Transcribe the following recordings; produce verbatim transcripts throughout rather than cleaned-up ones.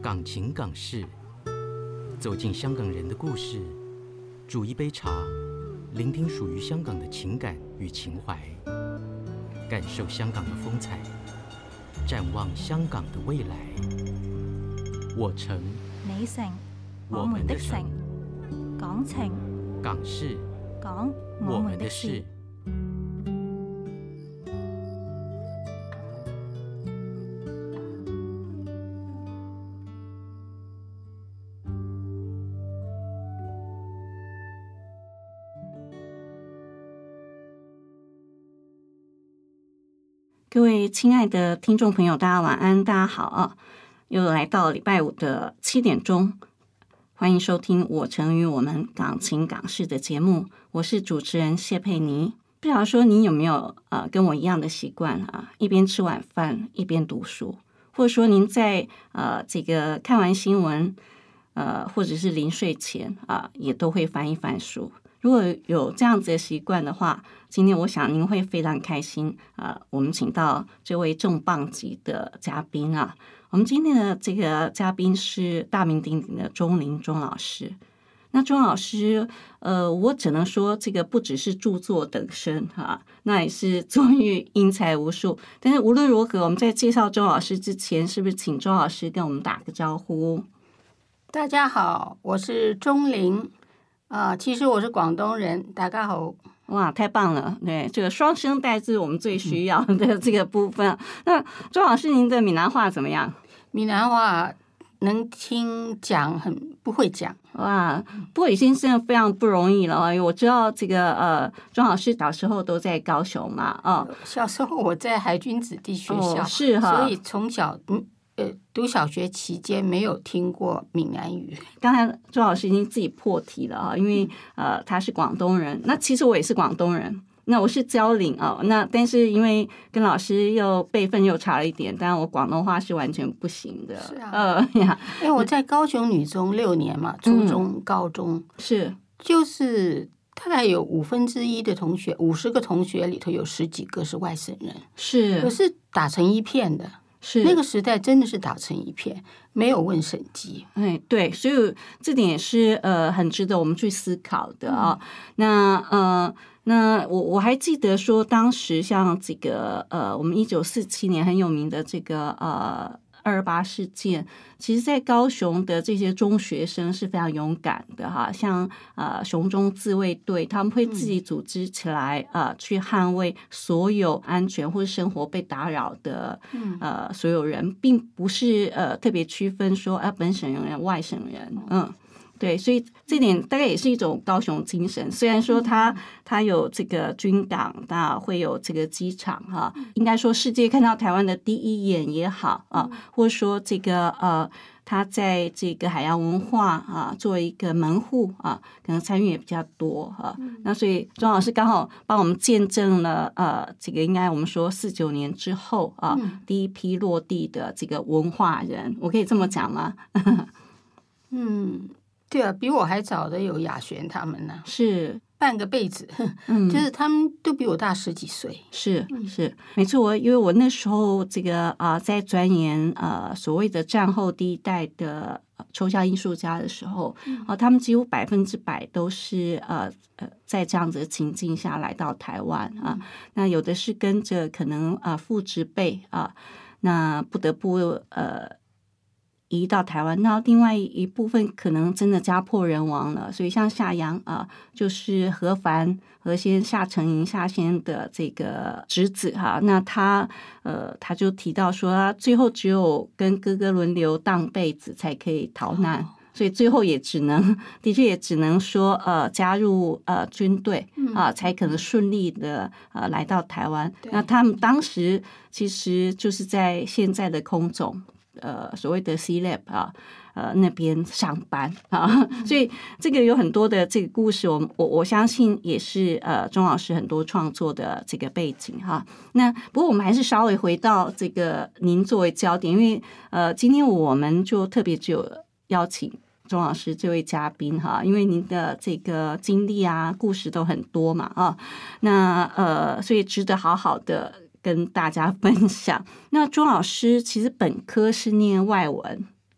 港情港事，走进香港人的故事，煮一杯茶，聆听属于香港的情感与情怀，感受香港的风采，展望香港的未来。我城你城我們的城，港情港事講我們的事。 各位亲爱的听众朋友，大家晚安，大家好啊！又来到礼拜五的七点钟，欢迎收听我城与我们港情港事的节目，我是主持人谢佩妮。不晓得说您有没有呃跟我一样的习惯啊？一边吃晚饭一边读书，或者说您在呃这个看完新闻呃或者是临睡前啊、呃，也都会翻一翻书。如果有这样子的习惯的话，今天我想您会非常开心啊、呃！我们请到这位重磅级的嘉宾啊，我们今天的这个嘉宾是大名鼎鼎的钟麟钟老师。那钟老师，呃，我只能说这个不只是著作等身哈、啊，那也是作育英才无数。但是无论如何，我们在介绍钟老师之前，是不是请钟老师跟我们打个招呼？ 大家好，我是钟麟。啊、呃，其实我是广东人，大家好。 哇，太棒了！对，这个双声带是我们最需要的这个部分。嗯、那钟老师，您的闽南话怎么样？ 闽南话能听讲，很不会讲。 哇，不过已经真的非常不容易了。因为我知道这个呃，钟老师小时候都在高雄嘛，哦， 小时候我在海军子弟学校， 哦、是哈， 所以从小嗯。呃，读小学期间没有听过闽南语。 刚才钟老师已经自己破题了啊，因为呃他是广东人，那其实我也是广东人，那我是蕉岭啊，那但是因为跟老师又辈分又差了一点，但我广东话是完全不行的。 是啊， 呃呀， 因为我在高雄女中六年嘛，初中、嗯、高中是， 就是大概有五分之一的同学，五十个同学里头有十几个是外省人， 是， 可是打成一片的。 是那个时代真的是打成一片，没有问审级。 哎，对，所以这点也是呃很值得我们去思考的啊。嗯、那呃，那我我还记得说，当时像这个呃，我们一九四七年很有名的这个呃二二八事件，其实在高雄的这些中学生是非常勇敢的哈，像呃雄中自卫队，他们会自己组织起来呃去捍卫所有安全或者生活被打扰的呃所有人，并不是呃特别区分说啊、呃、本省人外省人，嗯。对，所以这点大概也是一种高雄精神。虽然说它它有这个军港，那会有这个机场哈，应该说世界看到台湾的第一眼也好啊，或者说这个呃，它在这个海洋文化啊作为一个门户啊，可能参与也比较多哈。那所以钟老师刚好帮我们见证了呃，这个应该我们说四九年之后啊，第一批落地的这个文化人，我可以这么讲吗？ 嗯。对啊，比我还早的有雅璇他们呢， 是半个辈子，嗯，就是他们都比我大十几岁。 是是，没错。我因为我那时候这个啊、呃，在钻研呃所谓的战后第一代的抽象艺术家的时候，啊、呃，他们几乎百分之百都是呃呃在这样子的情境下来到台湾啊。那有的是跟着可能啊、呃、父执辈啊，那不得不呃。移到台湾，那另外一部分可能真的家破人亡了，所以像夏阳啊、呃，就是何凡何先夏承营夏先的这个侄子哈，那他呃他就提到说，他最后只有跟哥哥轮流当被子才可以逃难，哦、所以最后也只能的确也只能说呃加入呃军队啊、呃，才可能顺利的呃来到台湾。那他们当时其实就是在现在的空总。呃，所谓的 C Lab 啊，呃，那边上班啊，所以这个有很多的这个故事，我我我相信也是呃钟老师很多创作的这个背景哈。那不过我们还是稍微回到这个您作为焦点，因为呃今天我们就特别只有邀请钟老师这位嘉宾哈，因为您的这个经历啊、故事都很多嘛啊，那呃，所以值得好好的跟大家分享。那钟老师其实本科是念外文，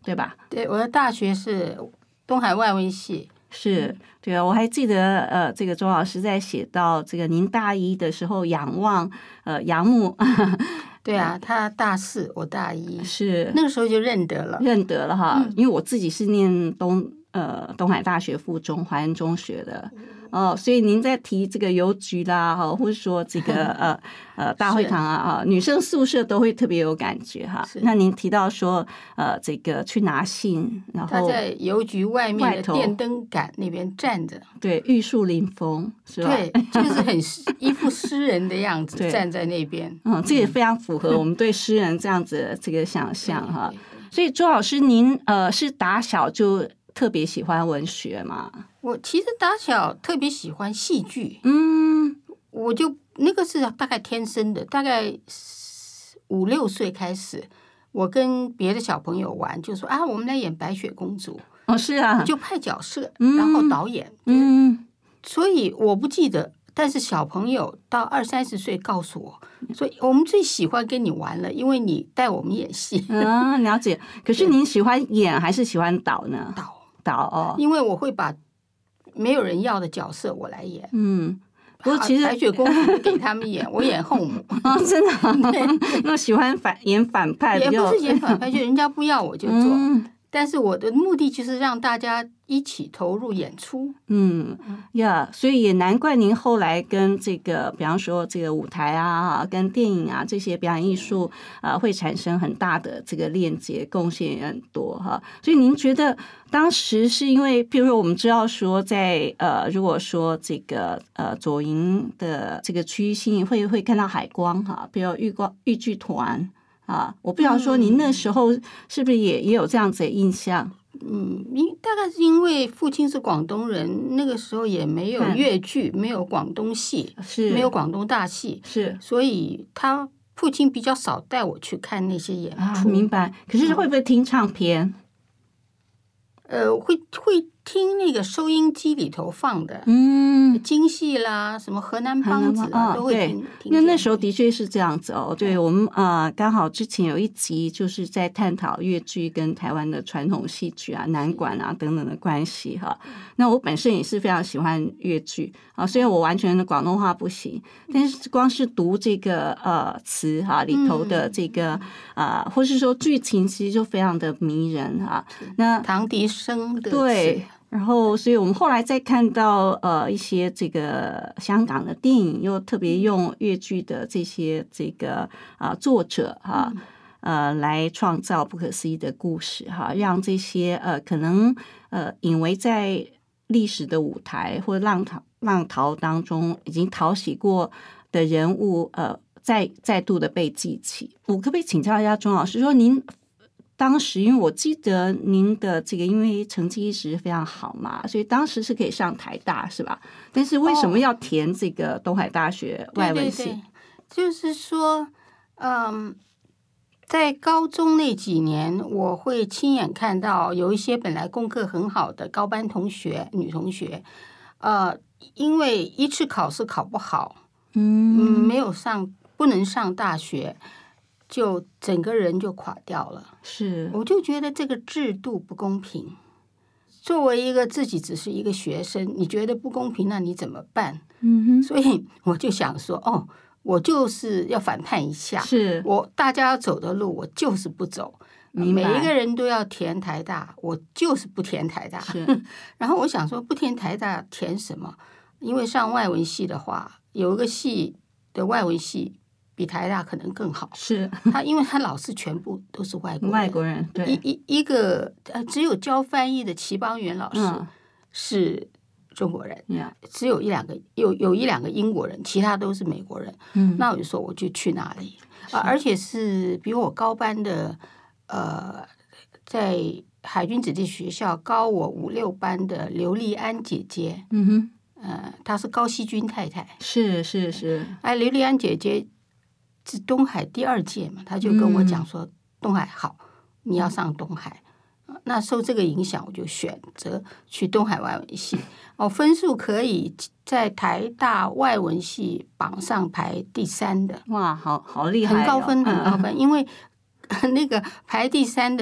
对吧？ 对，我的大学是东海外文系。 是，对啊，我还记得，呃，这个周老师在写到这个您大一的时候仰望，呃，杨牧， 对啊，他大四，我大一， 是那个时候就认得了， 认得了哈， 嗯、 因为我自己是念东呃东海大学附中华安中学的。哦，所以您在提这个邮局啦，哈，或者说这个呃呃大会堂啊啊，女生宿舍都会特别有感觉哈。那您提到说呃这个去拿信，然后他在邮局外面的电灯杆那边站着， 对，玉树临风是吧？ 对，就是很一副诗人的样子站在那边。 嗯，这也非常符合我们对诗人这样子的这个想象哈。所以周老师，您呃是打小就特别喜欢文学吗？ 我其实打小特别喜欢戏剧， 嗯， 我就那个是大概天生的，大概五六岁开始，我跟别的小朋友玩，就说啊，我们来演白雪公主。 哦，是啊， 就派角色， 嗯、 然后导演， 嗯， 所以我不记得，但是小朋友到二三十岁告诉我，所以我们最喜欢跟你玩了，因为你带我们演戏。 啊，了解。可是您喜欢演还是喜欢导呢？ 导导哦， 因为我会把没有人要的角色我来演。 嗯，不过其实白雪公主给他们演，我演后母。 哦，真的、啊，那喜欢反演反派， 也不是演反派，就人家不要我就做。 嗯， 但是我的目的就是让大家一起投入演出。 嗯呀， yeah, 所以也难怪您后来跟这个，比方说这个舞台啊，跟电影啊这些表演艺术啊、呃，会产生很大的这个链接，贡献也很多哈。所以您觉得当时是因为，譬如说我们知道说在，在呃，如果说这个呃左营的这个区域性会会看到海光哈，比如豫光豫剧团。啊，我不知道说您那时候是不是也也有这样子的印象？ 嗯，因大概是因为父亲是广东人，那个时候也没有粤剧，没有广东戏， 是没有广东大戏， 是， 所以他父亲比较少带我去看那些演出。 啊，明白。可是会不会听唱片？ 嗯、呃，会会听那个收音机里头放的， 嗯， 京戏啦，什么河南梆子啊，都会听。 因为那时候的确是这样子哦。对，我们呃刚好之前有一集就是在探讨粤剧跟台湾的传统戏曲啊、南管啊等等的关系哈。那我本身也是非常喜欢粤剧啊，虽然我完全的广东话不行，但是光是读这个呃词哈里头的这个啊、呃，或是说剧情，其实就非常的迷人哈。那唐滌生的对。然后，所以我们后来再看到呃一些这个香港的电影，又特别用粤剧的这些这个啊、呃、作者哈、啊、呃来创造不可思议的故事哈，让这些呃可能呃隐为在历史的舞台或浪淘浪淘当中已经淘洗过的人物呃再再度的被记起。我可不可以请教一下钟老师，说您？当时因为我记得您的这个因为成绩一直非常好嘛，所以当时是可以上台大是吧？但是为什么要填这个东海大学外文系？ 对对对，就是说，嗯，在高中那几年，我会亲眼看到有一些本来功课很好的高班同学、女同学，呃，因为一次考试考不好，嗯，没有上，不能上大学。就整个人就垮掉了， 是， 我就觉得这个制度不公平。作为一个自己只是一个学生，你觉得不公平，那你怎么办？ 嗯哼， 所以我就想说，哦，我就是要反叛一下， 是我大家要走的路，我就是不走。每一个人都要填台大，我就是不填台大。然后我想说，不填台大填什么？因为上外文系的话，有一个系的外文系。比台大可能更好， 是他，因为他老师全部都是外国人， 外国人对一一一个呃，只有教翻译的齐邦媛老师是中国人， 嗯、 只有一两个有有一两个英国人，其他都是美国人。 嗯， 那我就说我就去那里啊、呃，而且是比我高班的，呃，在海军子弟学校高我五六班的刘丽安姐姐， 嗯哼， 呃，她是高希君太太， 是是是， 哎，刘丽安姐姐。是东海第二届嘛，他就跟我讲说，东海好，你要上东海。那受这个影响，我就选择去东海外文系。哦，分数可以在台大外文系榜上排第三的。 哇，好好厉害、哦， 很高分，很高分。因为那个排第三的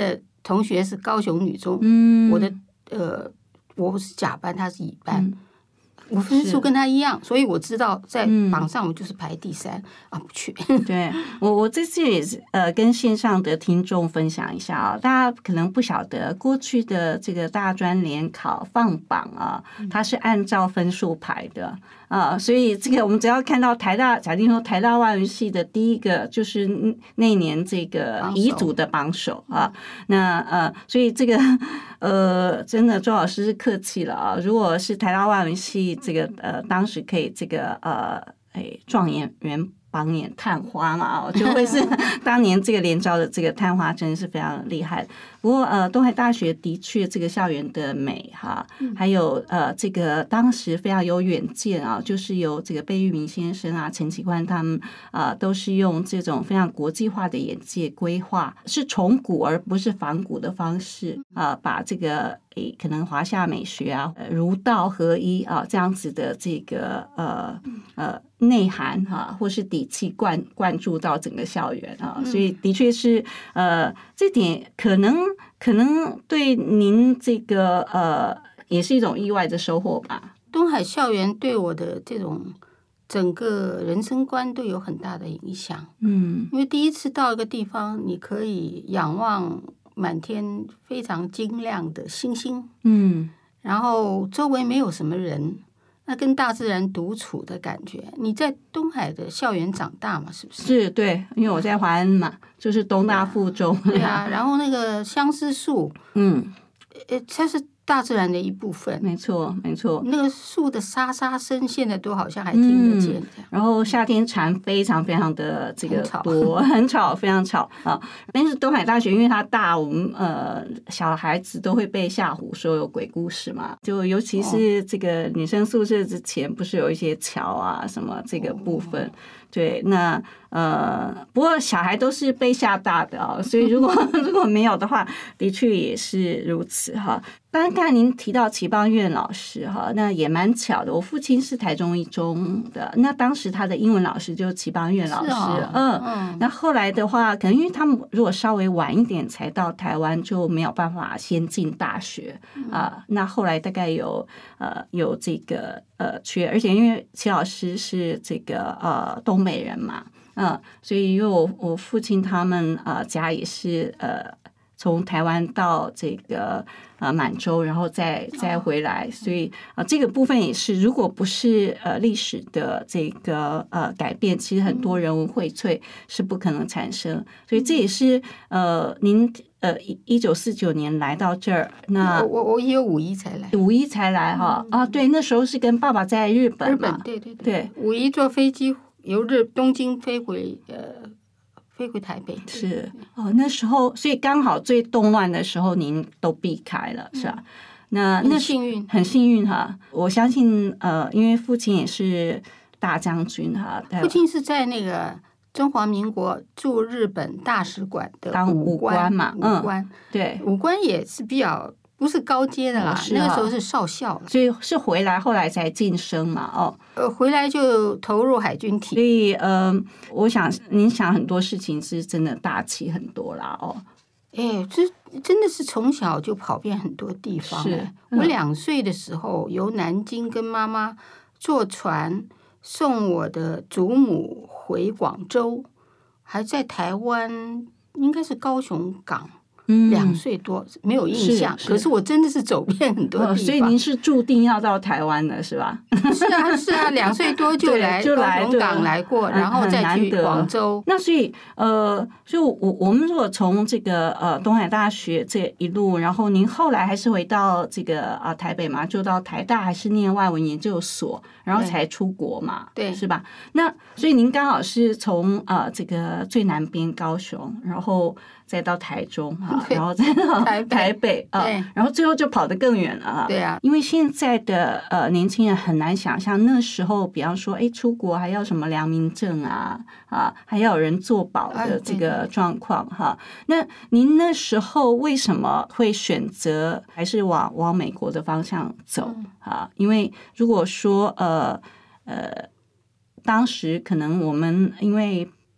同学是高雄女中， 嗯， 我的呃我是甲班，他是乙班。 嗯我分数跟他一样，所以我知道在榜上我就是排第三、嗯、啊，不去。 对我，我这次也是呃跟线上的听众分享一下啊，大家可能不晓得过去的这个大专联考放榜啊，它是按照分数排的啊，所以这个我们只要看到台大，假定说台大外文系的第一个就是那年这个乙组的榜首啊，那呃，所以这个呃，真的周老师是客气了啊，如果是台大外文系。这个呃，当时可以这个呃，哎，状元元榜眼探花嘛，就会是当年这个联招的这个探花，真的是非常厉害。不过呃，东海大学的确这个校园的美哈，还有呃这个当时非常有远见啊，就是由这个贝聿铭先生啊、陈其宽他们啊、呃，都是用这种非常国际化的眼界规划，是重古而不是仿古的方式啊、呃，把这个。可能华夏美学啊，儒道合一啊，这样子的这个呃呃内涵哈、啊，或是底气灌灌注到整个校园啊，所以的确是呃这点可能可能对您这个呃也是一种意外的收获吧。 东海校园对我的这种整个人生观都有很大的影响，嗯，因为第一次到一个地方，你可以仰望。满天非常晶亮的星星，嗯，然后周围没有什么人，那跟大自然独处的感觉。你在东海的校园长大嘛？是不是？ 是，对，因为我在华恩嘛，就是东大附中。 对啊，然后那个相思树，嗯，呃，它是大自然的一部分。 没错，没错。 那个树的沙沙声，现在都好像还听得见这样。 嗯、然后夏天蝉非常非常的这个多，很吵，非常吵啊。但是东海大学因为它大，我们呃小孩子都会被吓唬说有鬼故事嘛。就尤其是这个女生宿舍之前，不是有一些桥啊什么这个部分。哦对，那呃，不过小孩都是被吓大的啊、哦，所以如果如果没有的话，的确也是如此哈。当然，刚才您提到齐邦媛老师哈，那也蛮巧的。我父亲是台中一中的，那当时他的英文老师就是齐邦媛老师，哦、嗯嗯。那后来的话，可能因为他们如果稍微晚一点才到台湾，就没有办法先进大学啊、呃。那后来大概有呃有这个呃缺，而且因为齐老师是这个呃东北人嘛，嗯，所以因为我我父亲他们呃家也是呃从台湾到这个呃满洲，然后再再回来，所以呃这个部分也是，如果不是呃历史的这个呃改变，其实很多人文荟萃是不可能产生，所以这也是呃您呃一九四九年来到这儿，那我我也有五一才来， 五一才来哈、嗯、啊，对，那时候是跟爸爸在日本嘛， 日本对对对， 对， 五一坐飞机由日东京飞回呃。飞回台北是哦，那时候所以刚好最动乱的时候，您都避开了，是吧？嗯、那那很幸运， 很幸运哈。我相信呃，因为父亲也是大将军哈， 父亲是在那个中华民国驻日本大使馆的当武官嘛， 武官、 嗯、对， 武官也是比较。不是高阶的啦， 哦、 那个时候是少校， 所以是回来后来才晋升嘛，哦， 呃，回来就投入海军体， 所以呃，我想您想很多事情是真的大气很多啦，哦， 哎，这真的是从小就跑遍很多地方。是，嗯、我两岁的时候由南京跟妈妈坐船送我的祖母回广州，还在台湾应该是高雄港。嗯、两岁多没有印象，是可是我真的是走遍很多地方、哦、 所以您是注定要到台湾的是吧？ 是啊是啊，两岁多就来高雄港来过，然后再去广州。 那所以呃，所以我我们如果从这个呃东海大学这一路，然后您后来还是回到这个啊、呃、台北嘛，就到台大还是念外文研究所，然后才出国嘛， 对， 是吧？那所以您刚好是从呃这个最南边高雄，然后再到台中哈，然后再到台北, 台北啊，然后最后就跑得更远了啊。 对啊， 因为现在的呃年轻人很难想象那时候，比方说，哎，出国还要什么良民证啊啊，还要有人作保的这个状况哈。那您那时候为什么会选择还是往往美国的方向走啊？因为如果说呃呃，当时可能我们因为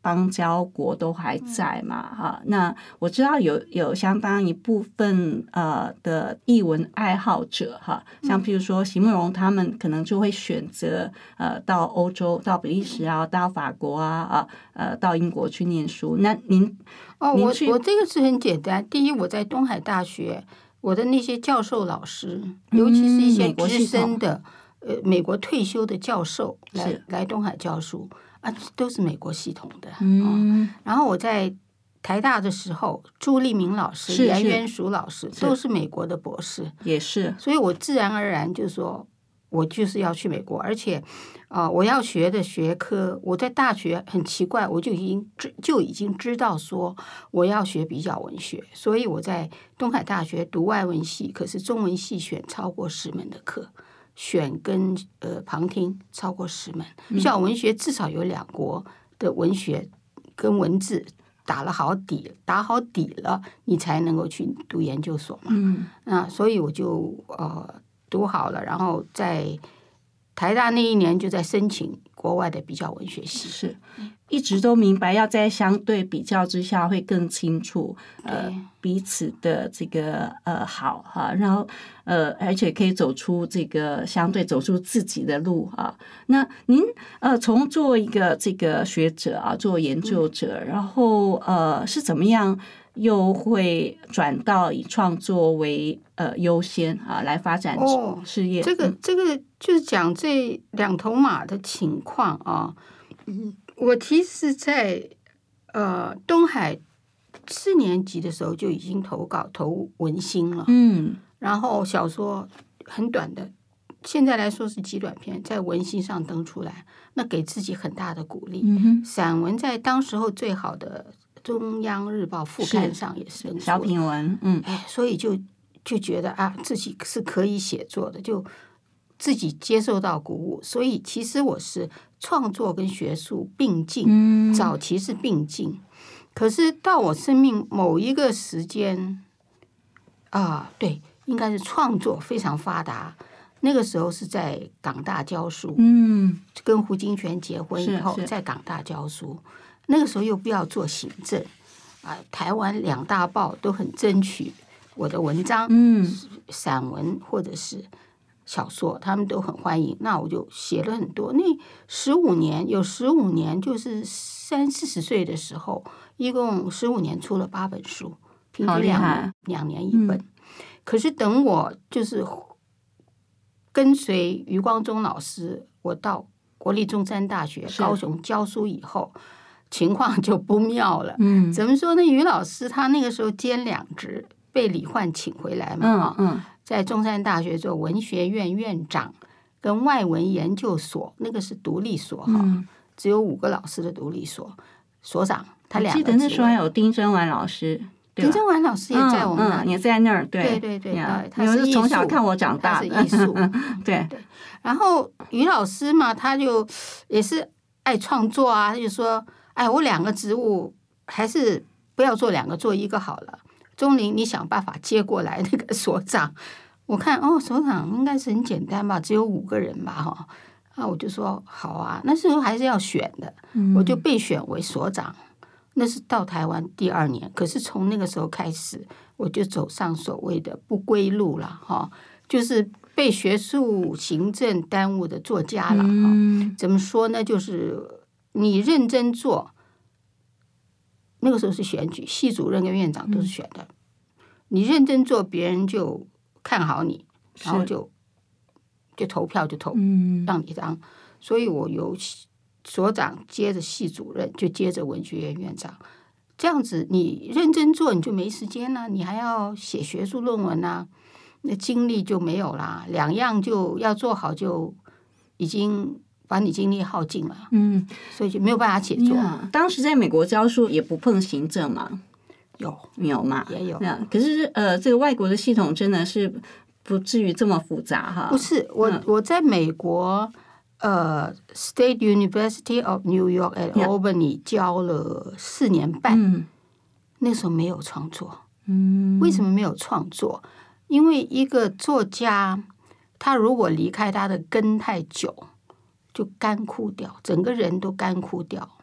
邦交国都还在嘛，哈、嗯。那我知道有有相当一部分呃的艺文爱好者哈，像譬如说席慕容他们可能就会选择呃到欧洲，到比利时啊，到法国啊啊呃到英国去念书。那您哦，我我这个是很简单。第一，我在东海大学，我的那些教授老师，尤其是一些资深的。呃，美国退休的教授来来东海教书啊，都是美国系统的。嗯、哦，然后我在台大的时候，朱立明老师、严元淑老师都是美国的博士， 也是。 所以我自然而然就说，我就是要去美国，而且啊、呃，我要学的学科，我在大学很奇怪，我就已经就已经知道说我要学比较文学，所以我在东海大学读外文系，可是中文系选超过十门的课。选跟呃旁听超过十门，比较文学至少有两国的文学跟文字打了好底，打好底了，你才能够去读研究所嘛。嗯，那所以我就呃读好了，然后在台大那一年就在申请国外的比较文学系， 是一直都明白要在相对比较之下会更清楚呃彼此的这个呃好哈，然后呃而且可以走出这个相对走出自己的路啊。那您呃从做一个这个学者啊，做研究者，然后呃是怎么样又会转到以创作为呃优先啊来发展事业？ 哦、这个这个就是讲这两头马的情况啊。嗯，我其实在呃东海四年级的时候就已经投稿投文星了，嗯，然后小说很短的，现在来说是极短篇，在文星上登出来，那给自己很大的鼓励。嗯、散文在当时候最好的中央日报副刊上也是登出小品文，嗯， 哎，所以就就觉得啊，自己是可以写作的，就自己接受到鼓舞。所以其实我是创作跟学术并进，嗯、早期是并进，可是到我生命某一个时间啊，对，应该是创作非常发达。那个时候是在港大教书，嗯，跟胡金铨结婚以后，在港大教书。那个时候又不要做行政啊，台湾两大报都很争取我的文章，嗯，散文或者是小说，他们都很欢迎。那我就写了很多。那十五年有十五年，就是三四十岁的时候，一共十五年出了八本书，平均两两年一本。嗯、可是等我就是跟随余光中老师，我到国立中山大学高雄教书以后，情况就不妙了。嗯，怎么说呢？余老师他那个时候兼两职，被李焕请回来嘛，嗯嗯，在中山大学做文学院院长跟外文研究所，那个是独立所哈，嗯、只有五个老师的独立所，所长他两个。 记得那时候还有丁真丸老师。 丁真丸老师也在我们那里， 嗯嗯、也在那儿，对对对对， 他是从小看我长大的， 他是艺术， 对对。然后余老师嘛，他就也是爱创作啊，他就说：“哎，我两个职务还是不要做两个，做一个好了。钟玲，你想办法接过来那个所长。我看哦，所长应该是很简单吧，只有五个人吧，哈。啊，我就说好啊，那时候还是要选的，嗯、我就被选为所长。”那是到台湾第二年，可是从那个时候开始，我就走上所谓的不归路了哈，就是被学术行政耽误的作家了哈。嗯、怎么说呢？就是你认真做，那个时候是选举，系主任跟院长都是选的，嗯、你认真做，别人就看好你，然后就就投票就投，嗯、让你当。所以我有。所长接着系主任，就接着文学院院长，这样子你认真做你就没时间了，你还要写学术论文啊，那精力就没有啦，两样就要做好，就已经把你精力耗尽了，嗯，所以就没有办法写作。 嗯、当时在美国教书也不碰行政嘛？ 有有嘛？ 也有。 可是呃，这个外国的系统真的是不至于这么复杂哈？ 不是，我、嗯、我在美国。呃 ，State University of New York at Albany 教了四年半，嗯、那时候没有创作。嗯、为什么没有创作？因为一个作家，他如果离开他的根太久，就干枯掉，整个人都干枯掉。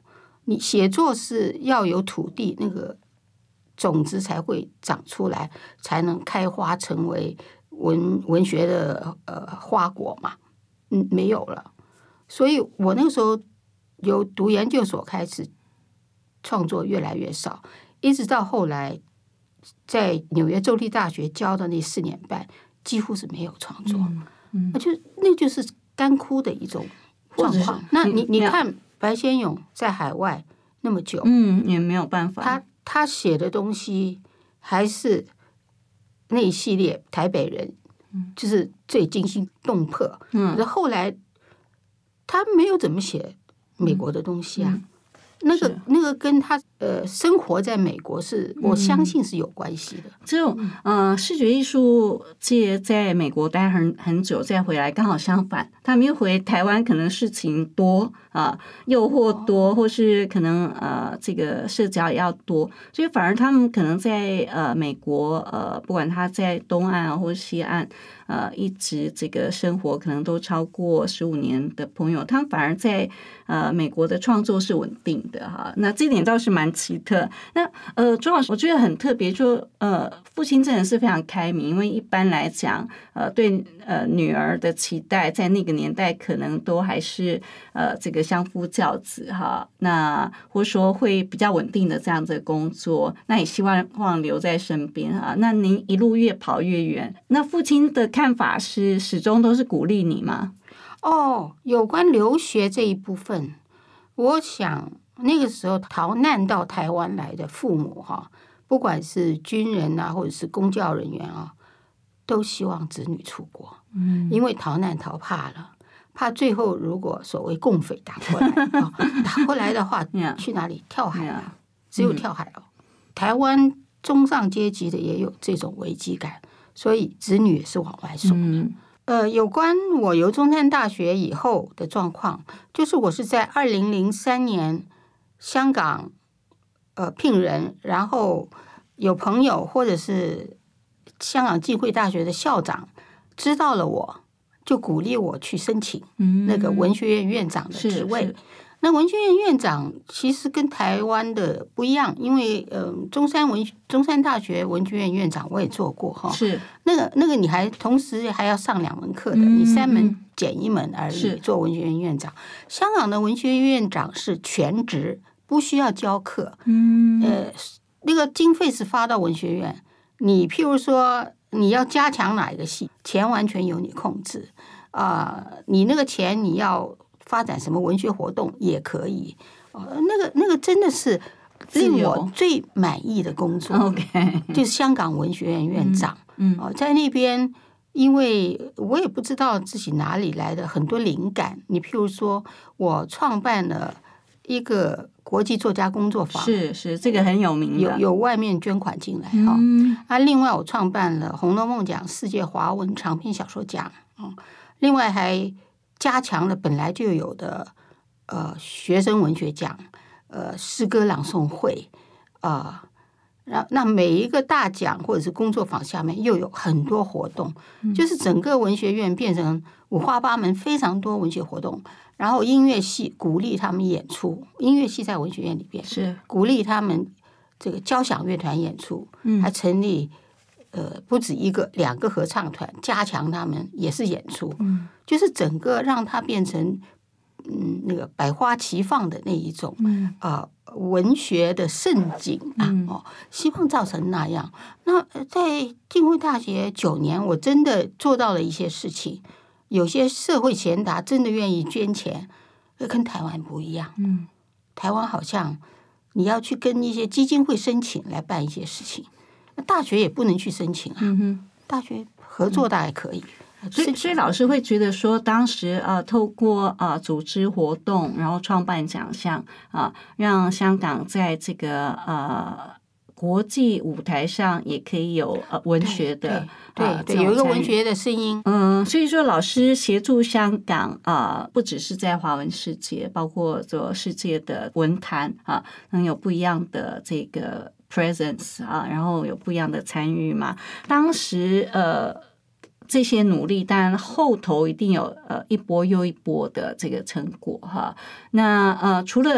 你写作是要有土地，那个种子才会长出来，才能开花成为文文学的呃花果嘛。嗯，没有了。所以我那个时候由读研究所开始，创作越来越少，一直到后来在纽约州立大学教的那四年半，几乎是没有创作。嗯嗯、就那就是干枯的一种状况。那你你看白先勇在海外那么久， 嗯，也没有办法。 他他写的东西还是那一系列台北人，嗯、就是最惊心动魄。嗯，后来他没有怎么写美国的东西啊。嗯嗯那个那个跟他呃生活在美国是我相信是有关系的。 这种呃视觉艺术界在美国待很很久，再回来刚好相反，他们一回台湾可能事情多啊，诱惑多，或是可能呃这个社交也要多，所以反而他们可能在呃美国呃不管他在东岸啊或西岸呃一直这个生活可能都超过十五年的朋友，他们反而在呃美国的创作是稳定的。那这点倒是蛮奇特。那呃，周老师，我觉得很特别，就呃，父亲真的是非常开明，因为一般来讲，呃，对呃女儿的期待，在那个年代可能都还是呃这个相夫教子哈，那或者说会比较稳定的这样子的工作，那也希望望留在身边哈。那您一路越跑越远，那父亲的看法是始终都是鼓励你吗？ 哦，有关留学这一部分，我想。那个时候逃难到台湾来的父母哈，不管是军人啊，或者是公教人员啊，都希望子女出国，嗯，因为逃难逃怕了，怕最后如果所谓共匪打过来，哦、打过来的话，去哪里跳海啊？只有跳海哦。台湾中上阶级的也有这种危机感，所以子女也是往外送的。嗯呃，有关我由中山大学以后的状况，就是我是在二零零三年。香港呃聘人，然后有朋友或者是香港浸会大学的校长知道了我，就鼓励我去申请那个文学院院长的职位。嗯、那文学院院长其实跟台湾的不一样，因为呃中山文中山大学文学院院长我也做过哈， 是那个那个你还同时还要上两门课的，嗯、你三门减一门而已。做文学院院长，香港的文学院院长是全职。不需要教课，嗯，呃，那个经费是发到文学院，你譬如说你要加强哪一个系，钱完全由你控制啊、呃，你那个钱你要发展什么文学活动也可以，呃，那个那个真的是令我最满意的工作 ，OK， 就是香港文学院院长，嗯，哦、呃，在那边，因为我也不知道自己哪里来的很多灵感，你譬如说我创办了一个。国际作家工作坊是是这个很有名的， 有有外面捐款进来哈。嗯、啊，另外我创办了《红楼梦奖》世界华文长篇小说奖啊，另外还加强了本来就有的呃学生文学奖、呃诗歌朗诵会啊。那、呃、那每一个大奖或者是工作坊下面又有很多活动，嗯、就是整个文学院变成五花八门，非常多文学活动。然后音乐系鼓励他们演出，音乐系在文学院里边是鼓励他们这个交响乐团演出，嗯，还成立呃不止一个两个合唱团，加强他们也是演出，嗯，就是整个让它变成嗯那个百花齐放的那一种，嗯啊、呃、文学的盛景啊、嗯、哦，希望造成那样。那在浸会大学九年，我真的做到了一些事情。有些社会贤达真的愿意捐钱，跟台湾不一样。嗯，台湾好像你要去跟一些基金会申请来办一些事情，那大学也不能去申请啊。嗯哼，大学合作大概可以。 嗯、所以，所以老师会觉得说，当时呃，透过呃组织活动，然后创办奖项啊、呃，让香港在这个呃。国际舞台上也可以有呃文学的， 对 对, 对、呃、有一个文学的声音。 嗯，所以说老师协助香港啊、呃，不只是在华文世界，包括做世界的文坛啊，能有不一样的这个 presence 啊，然后有不一样的参与嘛。当时呃这些努力，当然后头一定有呃一波又一波的这个成果哈。那呃除了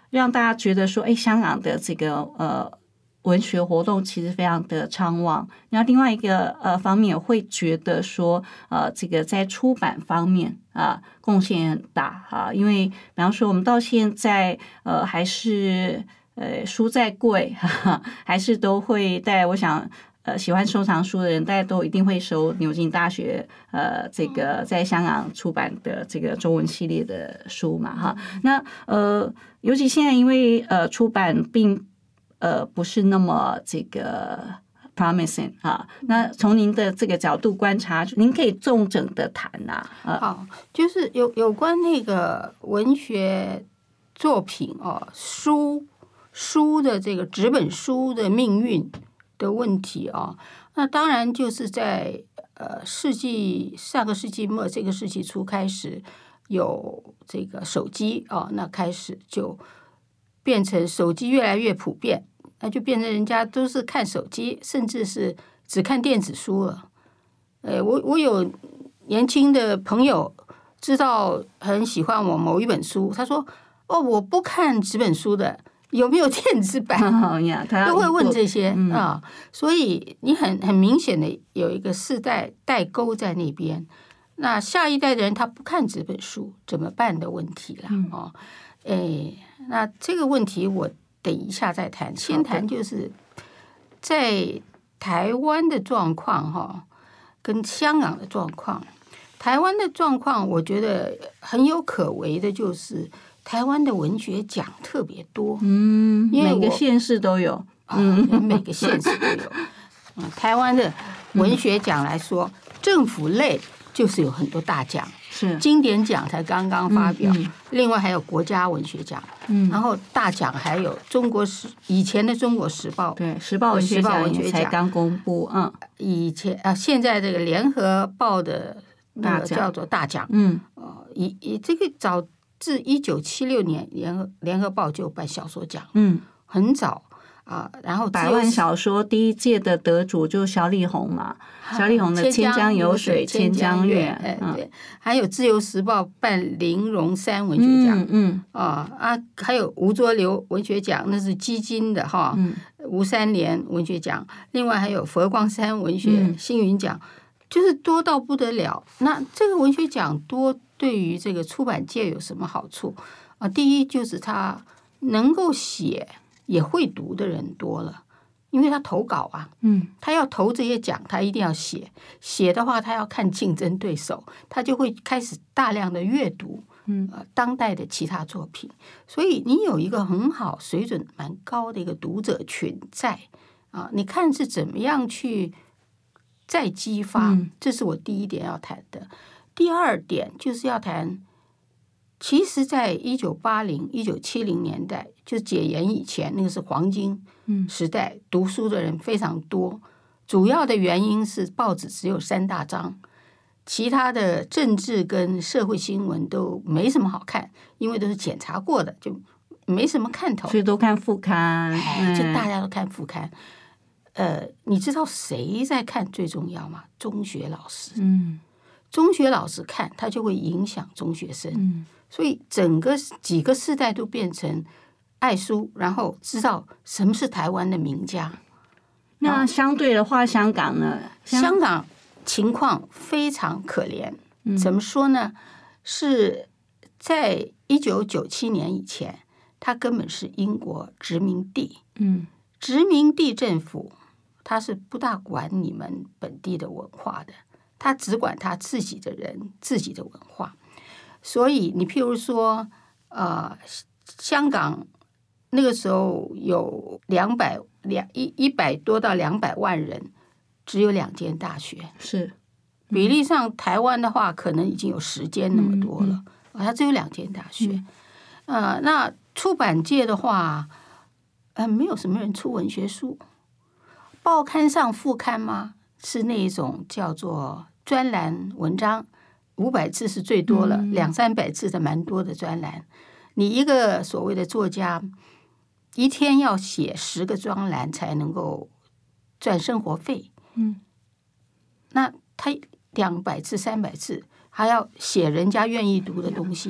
让大家觉得说，哎，香港的这个呃文学活动其实非常的昌旺。然后另外一个呃方面会觉得说，呃，这个在出版方面啊贡献很大哈、啊，因为比方说我们到现在呃还是呃书再贵，哈哈，还是都会带，我想。呃，喜欢收藏书的人，大家都一定会收牛津大学呃这个在香港出版的这个中文系列的书嘛，哈。那呃，尤其现在因为呃出版并呃不是那么这个 promising 啊，那从您的这个角度观察，您可以重整的谈啊。呃、 好，就是有有关那个文学作品哦，书书的这个纸本书的命运的问题啊，那当然就是在呃世纪上个世纪末这个世纪初开始有这个手机啊，那开始就变成手机越来越普遍，那就变成人家都是看手机，甚至是只看电子书了。呃，我我有年轻的朋友知道很喜欢我某一本书，他说：“哦，我不看纸本书的。”有没有电子版？都会问这些、嗯、啊，所以你很很明显的有一个世代代沟在那边。那下一代的人他不看纸本书怎么办的问题啦？嗯、哦，哎，那这个问题我等一下再谈。先谈就是在台湾的状况哈，跟香港的状况。台湾的状况，我觉得很有可为的，就是台湾的文学奖特别多， 嗯，因为每个县市都有， 嗯，每个县市都有。嗯，台湾的文学奖来说，嗯、政府类就是有很多大奖， 是经典奖才刚刚发表， 嗯嗯、 另外还有国家文学奖， 嗯， 然后大奖还有中国时以前的中国时报， 对，时报文学奖才刚公布，嗯， 以前啊，现在这个联合报的。那个叫做大奖， 嗯， 呃，以以这个早自一九七六年联合联合报就办小说奖， 嗯， 很早啊、呃。然后百万小说第一届的得主就萧丽红嘛，萧丽红的《千江有水千江月》， 哎、嗯，对，还有自由时报办林荣三文学奖， 嗯啊、嗯、啊，还有吴浊流文学奖，那是基金的哈， 嗯， 吴三连文学奖，另外还有佛光山文学、 嗯、 星云奖。就是多到不得了。那这个文学奖多对于这个出版界有什么好处啊？第一就是他能够写也会读的人多了，因为他投稿啊， 嗯， 他要投这些奖，他一定要写，写的话他要看竞争对手，他就会开始大量的阅读， 嗯， 呃，当代的其他作品，所以你有一个很好、水准蛮高的一个读者群在啊，你看是怎么样去。再激发，这是我第一点要谈的。嗯、第二点就是要谈，其实，在一九八零、一九七零年代，就是解严以前，那个是黄金时代，嗯、读书的人非常多。主要的原因是报纸只有三大章，其他的政治跟社会新闻都没什么好看，因为都是检查过的，就没什么看头。 所以都看副刊， 哎，就大家都看副刊。呃，你知道谁在看最重要吗？中学老师， 嗯， 中学老师看，他就会影响中学生， 嗯， 所以整个几个世代都变成爱书，然后知道什么是台湾的名家。 那相对的话，香港呢？ 香港情况非常可怜， 嗯、 怎么说呢？是在一九九七年以前，它根本是英国殖民地， 嗯， 殖民地政府。他是不大管你们本地的文化的，他只管他自己的人、自己的文化。所以你譬如说，呃，香港那个时候有两百两一一百多到两百万人，只有两间大学， 是比例上台湾的话，可能已经有十间那么多了，嗯嗯、它只有两间大学。嗯、呃，那出版界的话，呃，没有什么人出文学书。报刊上副刊吗？是那一种叫做专栏文章，五百字是最多了，嗯、两三百字的蛮多的专栏。你一个所谓的作家，一天要写十个专栏才能够赚生活费。 嗯， 那他两百字、三百字，还要写人家愿意读的东西，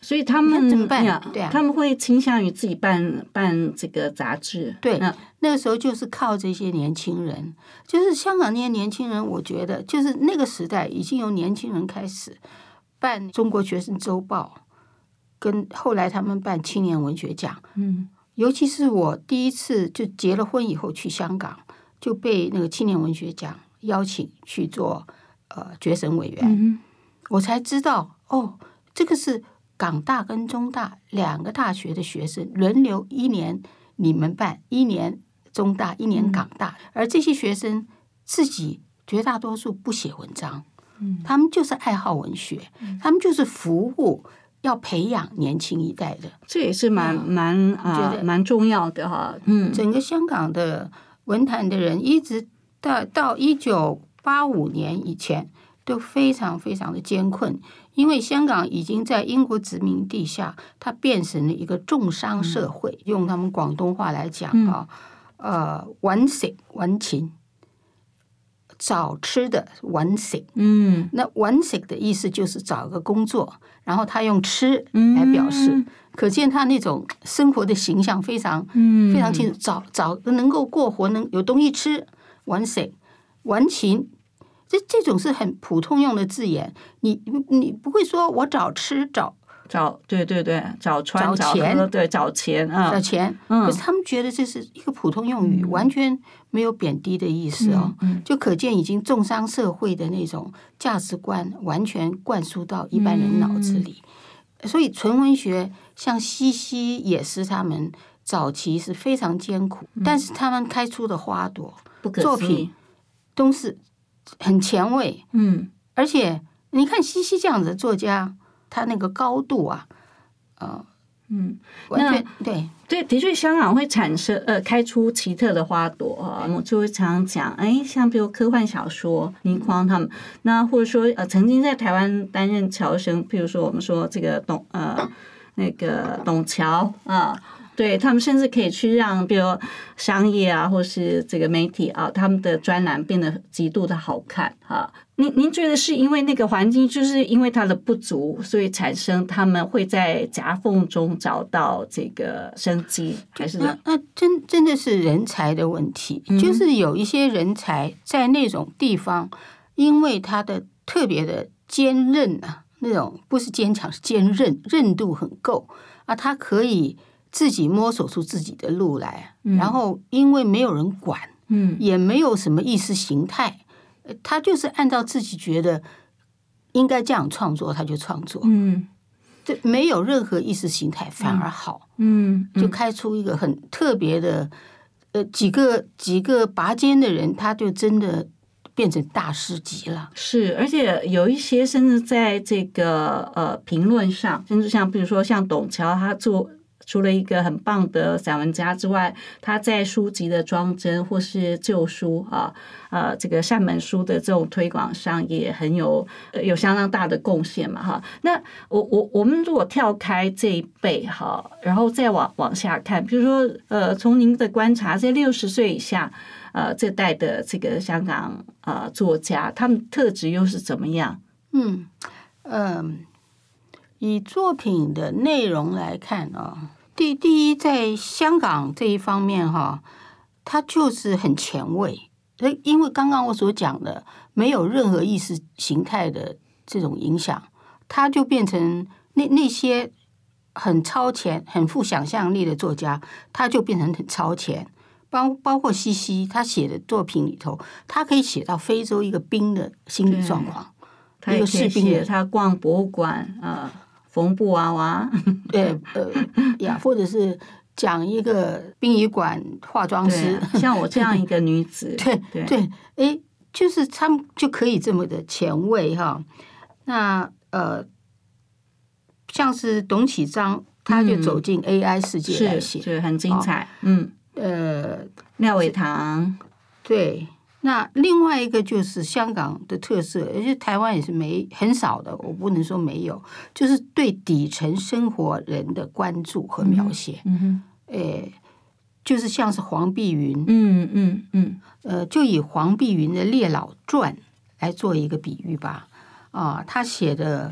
所以他们怎么办？对啊， 他们会倾向于自己办办这个杂志。 对，嗯、那个时候就是靠这些年轻人，就是香港那些年轻人，我觉得就是那个时代已经由年轻人开始办《中国学生周报》，跟后来他们办青年文学奖。 嗯， 尤其是我第一次就结了婚以后去香港，就被那个青年文学奖邀请去做呃决审委员， 嗯、 我才知道哦，这个是港大跟中大两个大学的学生轮流一年你们办，一年中大，一年港大，嗯、而这些学生自己绝大多数不写文章， 嗯、 他们就是爱好文学，嗯、他们就是服务要培养年轻一代的， 这也是蛮蛮啊蛮重要的哈。嗯， 整个香港的文坛的人一直到到一九八五年以前都非常非常的艰困，因为香港已经在英国殖民地下，它变成了一个重商社会。嗯、用他们广东话来讲啊，嗯、呃，揾食揾錢，找吃的揾食。 嗯， 那揾食的意思就是找个工作，然后他用吃来表示，嗯、可见他那种生活的形象非常、嗯、非常清楚。找找能够过活，能有东西吃，揾食揾錢。这这种是很普通用的字眼，你你不会说我找吃找找对对对找穿找钱找对找钱啊找钱，嗯、可是他们觉得这是一个普通用语，嗯、完全没有贬低的意思哦，嗯嗯、就可见已经重商社会的那种价值观完全灌输到一般人脑子里，嗯、所以纯文学像西西也是他们早期是非常艰苦，嗯、但是他们开出的花朵作品都是很前卫， 嗯， 而且你看西西这样子的作家，他那个高度啊，呃， 嗯， 完全对对，的确，香港会产生呃开出奇特的花朵啊，我们就会常讲，哎，像比如科幻小说倪匡他们，那或者说呃曾经在台湾担任侨生，譬如说我们说这个董呃那个董桥啊。对他们甚至可以去让比如商业啊或是这个媒体啊他们的专栏变得极度的好看啊。您您觉得是因为那个环境就是因为它的不足所以产生他们会在夹缝中找到这个生机，还是那那真真的是人才的问题，嗯、就是有一些人才在那种地方因为他的特别的坚韧啊，那种不是坚强是坚韧，韧度很够啊，他可以自己摸索出自己的路来，嗯、然后因为没有人管， 嗯， 也没有什么意识形态，他就是按照自己觉得应该这样创作，他就创作， 嗯， 这没有任何意识形态反而好， 嗯，嗯就开出一个很特别的，呃，几个几个拔尖的人，他就真的变成大师级了。 是，而且有一些甚至在这个呃评论上，甚至像比如说像董桥，他做。除了一个很棒的散文家之外，他在书籍的装帧或是旧书啊，呃，这个善本书的这种推广上也很有有相当大的贡献嘛，哈。那我我我们如果跳开这一辈哈，然后再往往下看，比如说呃，从您的观察，在六十岁以下呃这代的这个香港呃作家，他们特质又是怎么样？ 嗯嗯。呃以作品的内容来看啊，第第一，在香港这一方面哈，它就是很前卫。因为刚刚我所讲的，没有任何意识形态的这种影响，它就变成那那些很超前、很富想象力的作家，他就变成很超前。包包括西西，他写的作品里头，他可以写到非洲一个兵的心理状况， 一个士兵的，他逛博物馆啊。缝布娃娃， 对呃呀，或者是讲一个殡仪馆化妆师， 像我这样一个女子， 对对对，哎，就是他们就可以这么的前卫哈。那呃，像是董启章，他就走进 A I 世界来写， 嗯、是, 是很精彩。嗯， 呃， 廖伟堂， 对。那另外一个就是香港的特色，而且台湾也是没很少的，我不能说没有，就是对底层生活人的关注和描写。 嗯哼， 诶，就是像是黄碧云， 嗯嗯嗯， 呃，就以黄碧云的《列老传》来做一个比喻吧。啊，他写的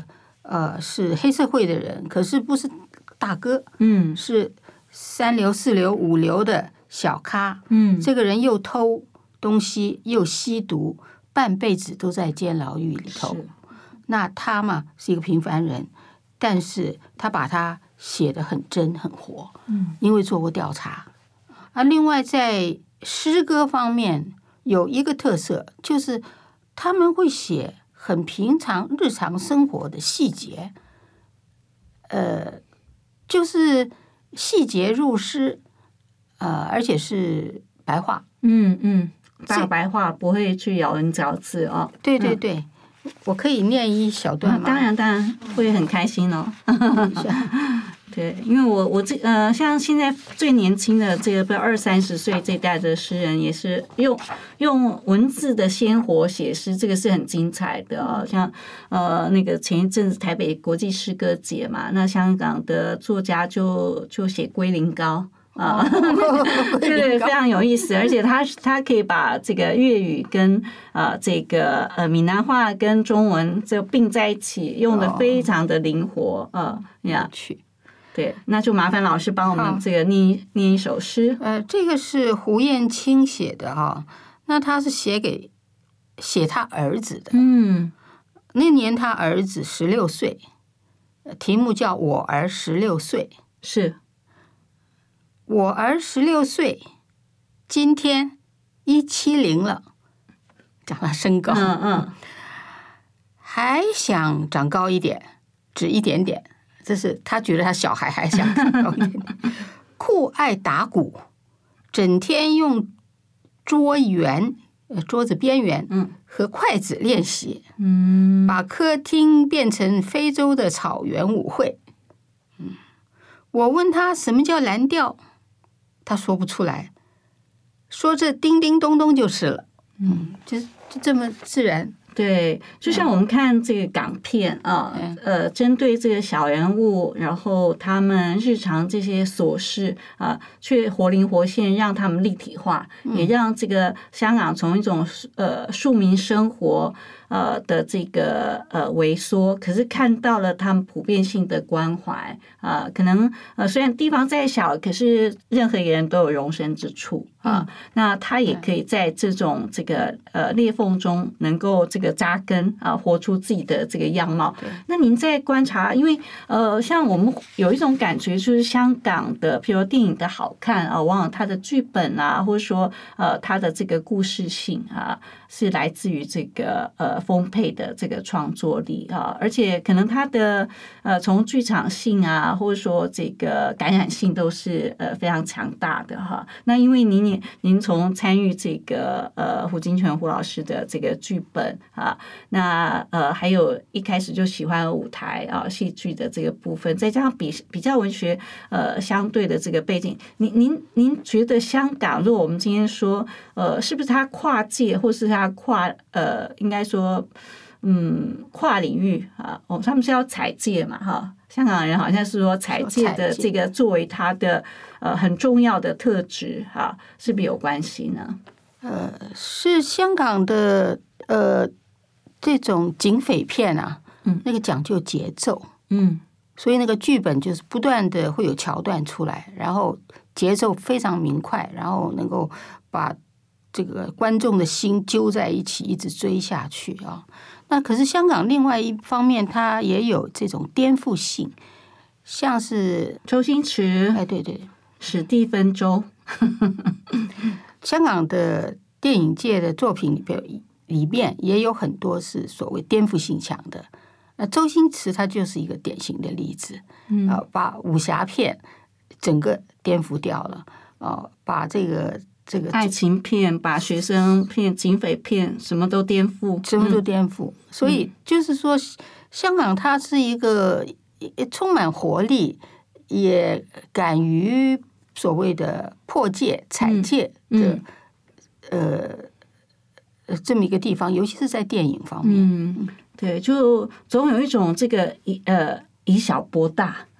呃是黑社会的人，可是不是大哥， 嗯， 是三流、四流、五流的小咖。 嗯， 这个人又偷东西又吸毒，半辈子都在监牢狱里头。那他嘛是一个平凡人，但是他把他写得很真很活， 嗯， 因为做过调查。啊，另外在诗歌方面有一个特色，就是他们会写很平常日常生活的细节，呃，就是细节入诗，呃，而且是白话， 嗯嗯，大白话，不会去咬文嚼字哦。 对对对。嗯，我可以念一小段吗？ 当然，当然会很开心哦。对，因为我我这呃，像现在最年轻的这个不二三十岁这代的诗人，也是用用文字的鲜活写诗，这个是很精彩的哦。像呃那个前一阵子台北国际诗歌节嘛，那香港的作家就就写龟苓膏。啊，对，非常有意思，而且他他可以把这个粤语跟呃这个呃闽南话跟中文就并在一起，用的非常的灵活，呃呀， 去， 对，那就麻烦老师帮我们这个念念一首诗。 呃，这个是胡燕青写的哈，那他是写给写他儿子的， 嗯， 那年他儿子十六岁，题目叫我儿十六岁， 是。 我儿十六岁，今天一七零了，讲他身高， 嗯嗯， 还想长高一点，只一点点，这是他觉得他小孩还想长高一点点。酷爱打鼓，整天用桌缘、桌子边缘和筷子练习， 嗯， 把客厅变成非洲的草原舞会。嗯，我问他什么叫蓝调。他说不出来，说这叮叮咚咚就是了，嗯，就就这么自然。 对，就像我们看这个港片啊，呃，针对这个小人物，然后他们日常这些琐事啊，却活灵活现，让他们立体化，也让这个香港从一种呃庶民生活呃的这个呃萎缩，可是看到了他们普遍性的关怀啊、呃，可能呃虽然地方再小，可是任何一个人都有容身之处啊、呃，那他也可以在这种这个呃裂缝中能够这个扎根啊，活出自己的这个样貌。那您在观察，因为呃，像我们有一种感觉，就是香港的，譬如电影的好看啊，往往它的剧本啊，或者说呃，它的这个故事性啊，是来自于这个呃丰沛的这个创作力啊，而且可能它的呃从剧场性啊，或者说这个感染性都是呃非常强大的哈。那因为您也您从参与这个呃胡金铨胡老师的这个剧本啊，那呃还有一开始就喜欢舞台啊戏剧的这个部分，再加上比比较文学呃相对的这个背景，您您您觉得香港，如果我们今天说呃是不是它跨界，或是它跨呃应该说嗯跨领域啊，哦他们是要采界嘛哈，香港人好像是说采界的这个作为它的呃很重要的特质哈，是不是有关系呢？ 呃，是香港的呃这种警匪片啊，嗯，那个讲究节奏，嗯，所以那个剧本就是不断的会有桥段出来，然后节奏非常明快，然后能够把这个观众的心揪在一起，一直追下去啊。那可是香港另外一方面，它也有这种颠覆性，像是周星驰， 哎，对对， 史蒂芬周。 香港的电影界的作品里边，里面也有很多是所谓颠覆性强的。那周星驰他就是一个典型的例子，嗯，啊，把武侠片整个颠覆掉了，啊，把这个这个爱情片、把学生片、警匪片什么都颠覆， 什么都颠覆。嗯、所以就是说，香港它是一个充满活力，也敢于所谓的破界、踩界的、嗯嗯、呃这么一个地方，尤其是在电影方面， 嗯，对，就总有一种这个以呃以小博大啊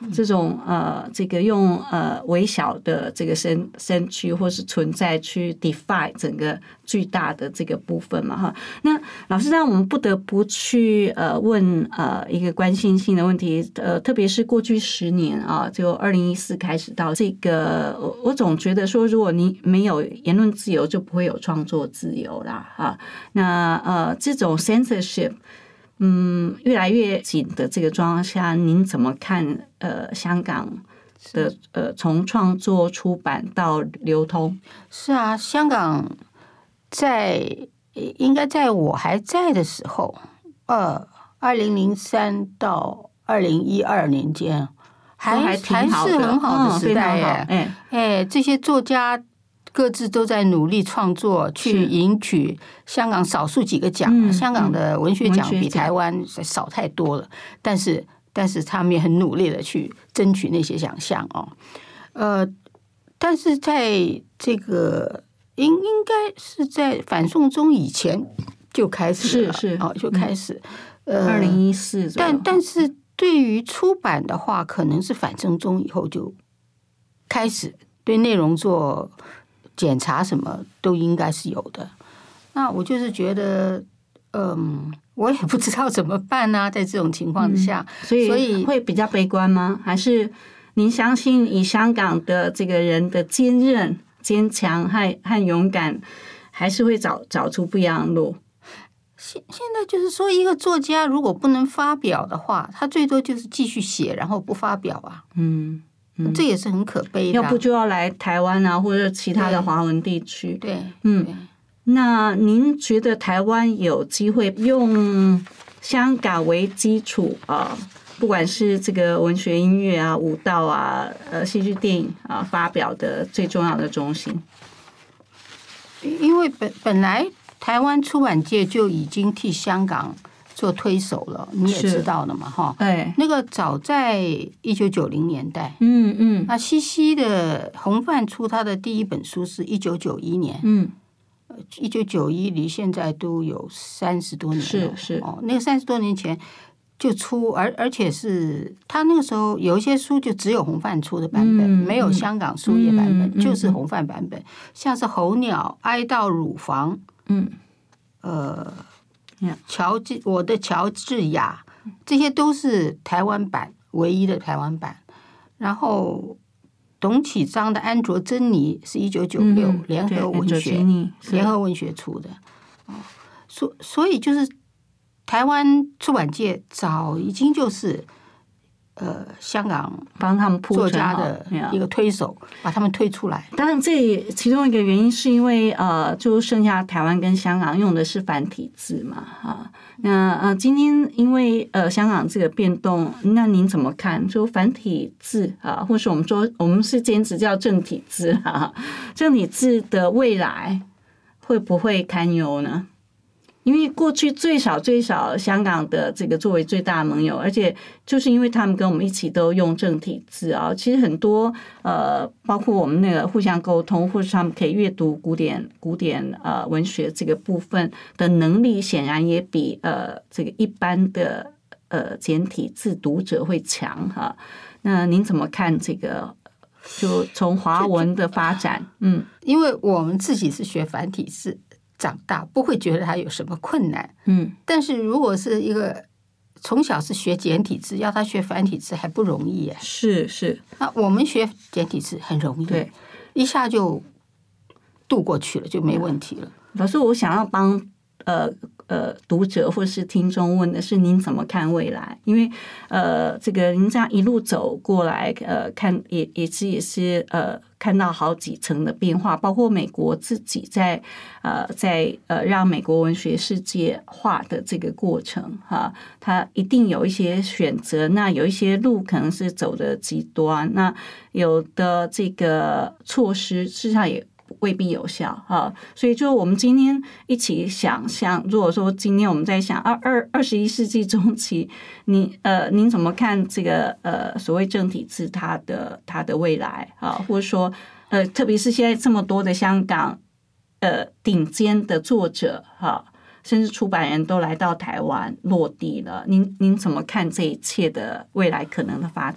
这种呃，这个用呃微小的这个身身躯或是存在去 defy 整个巨大的这个部分嘛哈。那老师，让我们不得不去呃问呃一个关心性的问题，呃，特别是过去十年啊，就二零一四开始到这个，我我总觉得说，如果你没有言论自由，就不会有创作自由啦啊。那呃，这种 censorship。嗯，越来越紧的这个状况下，您怎么看？呃，香港的呃，从创作、出版到流通， 是啊，香港在应该在我还在的时候，呃，二零零三到二零一二年间，还还还是很好的时代耶。 哎哎，这些作家各自都在努力创作，去赢取香港少数几个奖。 嗯、 香港的文学奖比台湾少太多了，但是但是他们也很努力的去争取那些奖项哦。呃，但是在这个应应该是在反送中以前就开始了， 是是哦，就开始。嗯、 呃，二零一四， 但但是对于出版的话，可能是反送中以后就开始对内容做检查，什么都应该是有的。那我就是觉得，嗯，我也不知道怎么办啊，在这种情况之下， 嗯、所以所以会比较悲观吗？还是您相信以香港的这个人的坚韧、坚强和和勇敢，还是会找找出不一样的路？ 现现在就是说，一个作家如果不能发表的话，他最多就是继续写，然后不发表啊。 嗯。嗯、 这也是很可悲的、啊， 要不就要来台湾啊，或者其他的华文地区。 对， 嗯，那您觉得台湾有机会用香港为基础啊，不管是这个文学、音乐啊、舞蹈啊、呃、戏剧、电影啊，发表的最重要的中心？ 因为本本来台湾出版界就已经替香港做推手了，你也知道的嘛，哈。 对， 那个早在一九九零年代， 嗯嗯， 那西西的洪范出他的第一本书是一九九一年， 嗯， 一九九一离现在都有三十多年了， 是是哦，那个三十多年前就出，而而且是他那个时候有一些书就只有洪范出的版本， 嗯、 没有香港书页版本， 嗯、 就是洪范版本，嗯、像是《候鸟》《哀悼乳房》， 嗯， 呃。乔治，我的乔治亚，这些都是台湾版唯一的台湾版。然后董启章的《安卓珍妮》是一九九六联合文学联合文学出的。所所以就是台湾出版界早已经就是呃香港帮他们作家的一个推手，把他们推出来。 当然，这其中一个原因是因为呃，就剩下台湾跟香港用的是繁体字嘛，哈。那呃，今天因为呃香港这个变动，那您怎么看？就繁体字啊，或是我们说我们是坚持叫正体字啊，正体字的未来会不会堪忧呢？因为过去最少最少香港的这个作为最大盟友，而且就是因为他们跟我们一起都用正体字啊，其实很多呃，包括我们那个互相沟通，或者他们可以阅读古典古典呃文学这个部分的能力，显然也比呃这个一般的呃简体字读者会强哈。那您怎么看这个？就从华文的发展，嗯， 因为我们自己是学繁体字长大，不会觉得它有什么困难， 嗯。 但是如果是一个从小是学简体字，要他学繁体字还不容易耶。 是是， 那我们学简体字很容易， 对， 一下就渡过去了，就没问题了。 老师，我想要帮呃呃读者或是听众问的是，您怎么看未来？因为呃，这个您这样一路走过来，呃，看也也是也是呃。看到好几层的变化，包括美国自己在呃在呃让美国文学世界化的这个过程哈，它一定有一些选择，那有一些路可能是走的极端，那有的这个措施事实上也未必有效哈，所以就我们今天一起想象，如果说今天我们在想二二二十一世纪中期，你呃您怎么看这个呃所谓正体字它的它的未来啊，或者说呃特别是现在这么多的香港呃顶尖的作者哈，甚至出版人都来到台湾落地了，您您怎么看这一切的未来可能的发展？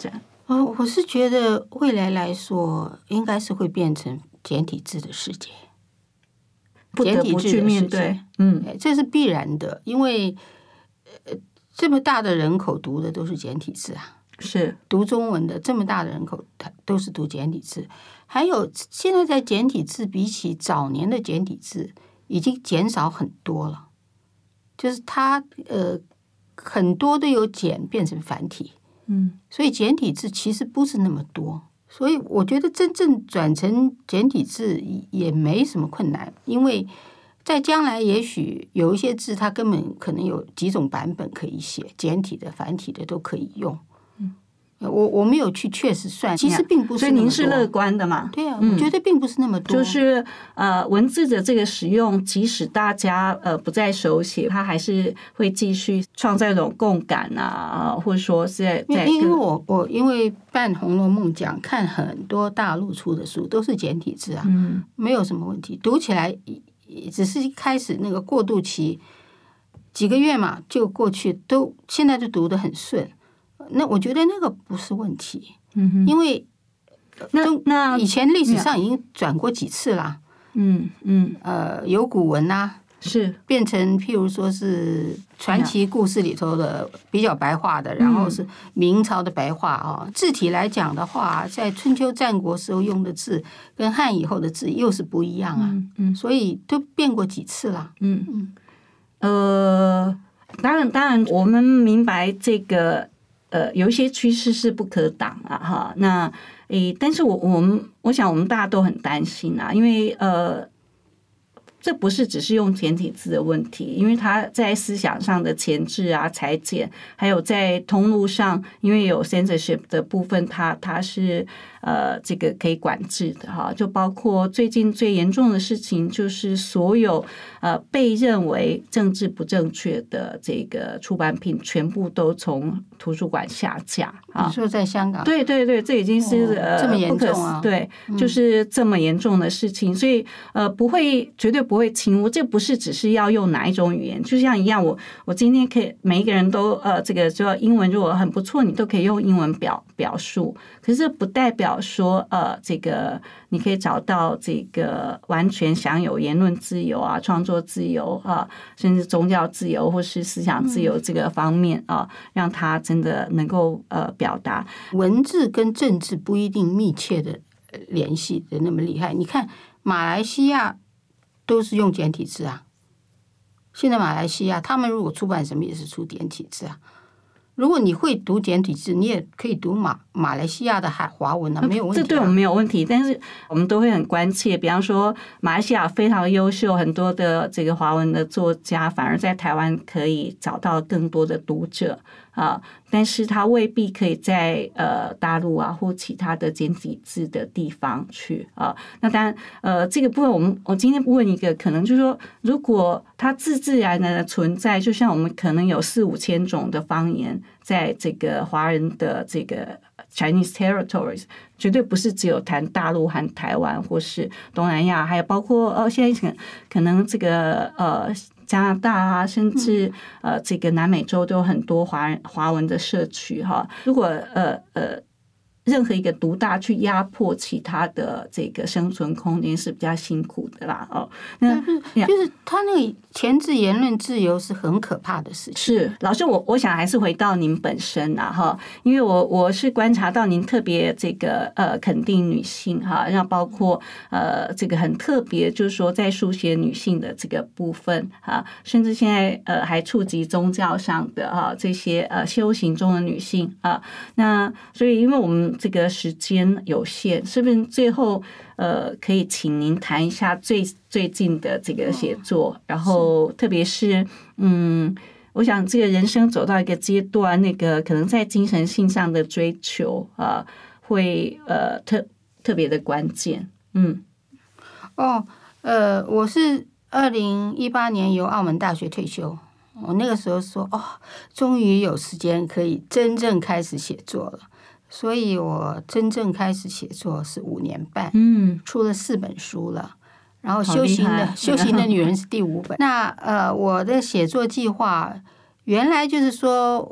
哦，我是觉得未来来说，应该是会变成简体字的世界， 不得不去面对，嗯， 这是必然的，因为呃，这么大的人口读的都是简体字啊， 是读中文的这么大的人口，它都是读简体字。还有现在在简体字比起早年的简体字已经减少很多了，就是它呃很多都有简变成繁体， 嗯， 所以简体字其实不是那么多。所以我觉得真正转成简体字也没什么困难，因为在将来也许有一些字它根本可能有几种版本可以写，简体的繁体的都可以用。嗯，我我没有去确实算，其实并不是那么多。 所以您是乐观的嘛？ 对啊，我觉得并不是那么多。 就是呃，文字的这个使用，即使大家呃不再手写，它还是会继续创造一种共感啊，或者说是在在。 因为我我因为办《红楼梦》讲，看很多大陆出的书都是简体字啊， 嗯， 没有什么问题，读起来只是一开始那个过渡期几个月嘛就过去，都现在就读得很顺。那我觉得那个不是问题， 嗯， 因为那那以前历史上已经转过几次啦， 嗯嗯， 呃，有古文啊， 是变成譬如说是传奇故事里头的比较白话的，然后是明朝的白话啊。字体来讲的话，在春秋战国时候用的字跟汉以后的字又是不一样啊， 嗯， 所以都变过几次啦， 嗯嗯，呃，当然当然，我们明白这个。呃，有一些趋势是不可挡啊，哈。那诶，但是我我们我想我们大家都很担心啊，因为呃，这不是只是用简体字的问题，因为它在思想上的前置啊、裁剪，还有在通路上，因为有 censorship 的部分，它它是呃这个可以管制的哈。就包括最近最严重的事情，就是所有呃被认为政治不正确的这个出版品，全部都从图书馆下架啊。 你说在香港？ 对对对，这已经是、 哦、 呃这么严重啊！ 对，就是这么严重的事情，所以呃不会绝对不会轻忽。这不是只是要用哪一种语言，就像一样，我我今天可以每一个人都呃这个就英文如果很不错，你都可以用英文表表述，可是不代表说呃这个你可以找到这个完全享有言论自由啊、创作自由啊，甚至宗教自由或是思想自由这个方面啊，让他真的能够呃表达。 文字跟政治不一定密切的联系的那么厉害。你看马来西亚都是用简体字啊，现在马来西亚他们如果出版什么也是出简体字啊。如果你会读简体字，你也可以读马马来西亚的海华文啊，没有问题、啊。 这对我们没有问题，但是我们都会很关切。比方说，马来西亚非常优秀，很多的这个华文的作家，反而在台湾可以找到更多的读者啊，但是他未必可以在呃大陆啊或其他的简体字的地方去啊。那当然，呃，这个部分我们我今天问一个，可能就是说，如果它自自然的存在，就像我们可能有四五千种的方言。在这个华人的这个 Chinese territories， 绝对不是只有谈大陆和台湾或是东南亚，还有包括呃现在可可能这个呃加拿大啊，甚至呃这个南美洲都有很多华人华文的社区哈。如果呃呃。任何一个独大去压迫其他的这个生存空间是比较辛苦的啦哦。 那就是他那个前置言论自由是很可怕的事情。 是老师，我我想还是回到您本身啊哈，因为我我是观察到您特别这个呃肯定女性哈，然后包括呃这个很特别，就是说在书写女性的这个部分啊，甚至现在呃还触及宗教上的哈这些呃修行中的女性啊，那所以因为我们这个时间有限，是不是最后呃可以请您谈一下最最近的这个写作，然后特别是嗯，我想这个人生走到一个阶段，那个可能在精神性上的追求啊、呃，会呃特特别的关键。嗯， 哦，呃，我是二零一八年由澳门大学退休，我那个时候说哦，终于有时间可以真正开始写作了。所以我真正开始写作是五年半， 嗯， 出了四本书了，然后修行的修行的女人是第五本。那呃，我的写作计划原来就是说，